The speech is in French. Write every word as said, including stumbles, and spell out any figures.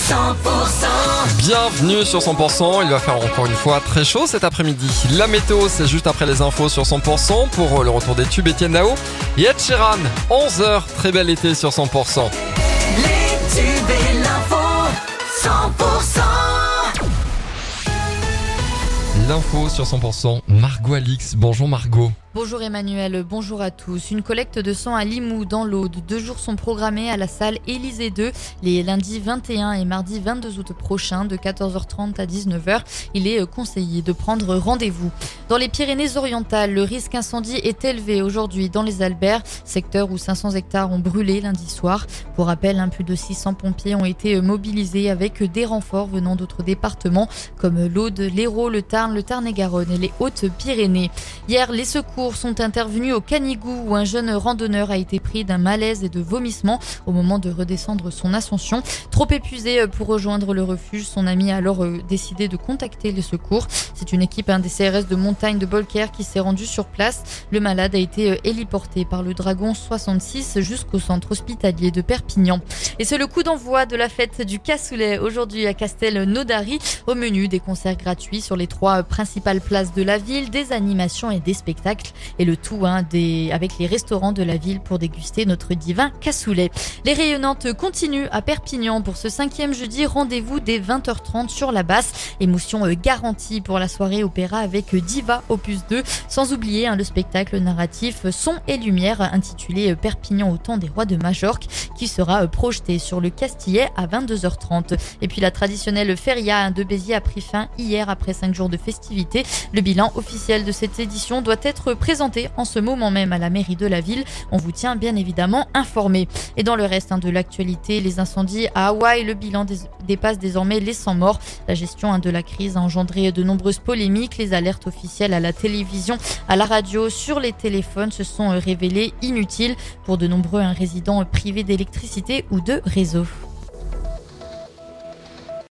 cent pour cent. Bienvenue sur cent pour cent, il va faire encore une fois très chaud cet après-midi. La météo, c'est juste après les infos sur cent pour cent pour le retour des tubes Etienne Dao. Et Ed Sheeran, onze heures, très bel été sur cent pour cent. Les tubes et l'info, cent pour cent. L'info sur cent pour cent, Margot Alix. Bonjour Margot. Bonjour Emmanuel, bonjour à tous. Une collecte de sang à Limoux dans l'Aude. Deux jours sont programmés à la salle Élysée deux les lundis vingt et un et mardi vingt-deux août prochains de quatorze heures trente à dix-neuf heures. Il est conseillé de prendre rendez-vous. Dans les Pyrénées-Orientales, le risque incendie est élevé aujourd'hui dans les Alberts, secteur où cinq cents hectares ont brûlé lundi soir. Pour rappel, un plus de six cents pompiers ont été mobilisés avec des renforts venant d'autres départements comme l'Aude, l'Hérault, le Tarn, le Tarn-et-Garonne et les Hautes-Pyrénées. Hier, les secours sont intervenus au Canigou où un jeune randonneur a été pris d'un malaise et de vomissements au moment de redescendre son ascension. Trop épuisé pour rejoindre le refuge, son ami a alors décidé de contacter les secours. C'est une équipe des C R S de montagne de Bolker qui s'est rendue sur place. Le malade a été héliporté par le Dragon soixante-six jusqu'au centre hospitalier de Perpignan. Et c'est le coup d'envoi de la fête du cassoulet aujourd'hui à Castelnaudary. Au menu, des concerts gratuits sur les trois principales places de la ville, des animations et des spectacles. Et le tout hein, des, avec les restaurants de la ville pour déguster notre divin cassoulet. Les rayonnantes continuent à Perpignan pour ce cinquième jeudi. Rendez-vous dès vingt heures trente sur la Basse. Émotion garantie pour la soirée opéra avec Diva opus deux. Sans oublier hein, le spectacle narratif Son et Lumière intitulé Perpignan au temps des rois de Majorque qui sera projeté sur le Castillet à vingt-deux heures trente. Et puis la traditionnelle feria de Béziers a pris fin hier après cinq jours de festivités. Le bilan officiel de cette édition doit être présenté en ce moment même à la mairie de la ville. On vous tient bien évidemment informé. Et dans le reste hein, de l'actualité, les incendies à Hawaï, le bilan des, dépasse désormais les cent morts. La gestion hein, de la crise a engendré de nombreuses polémiques. Les alertes officielles à la télévision, à la radio, sur les téléphones se sont révélées inutiles pour de nombreux hein, résidents privés d'électricité ou de réseau.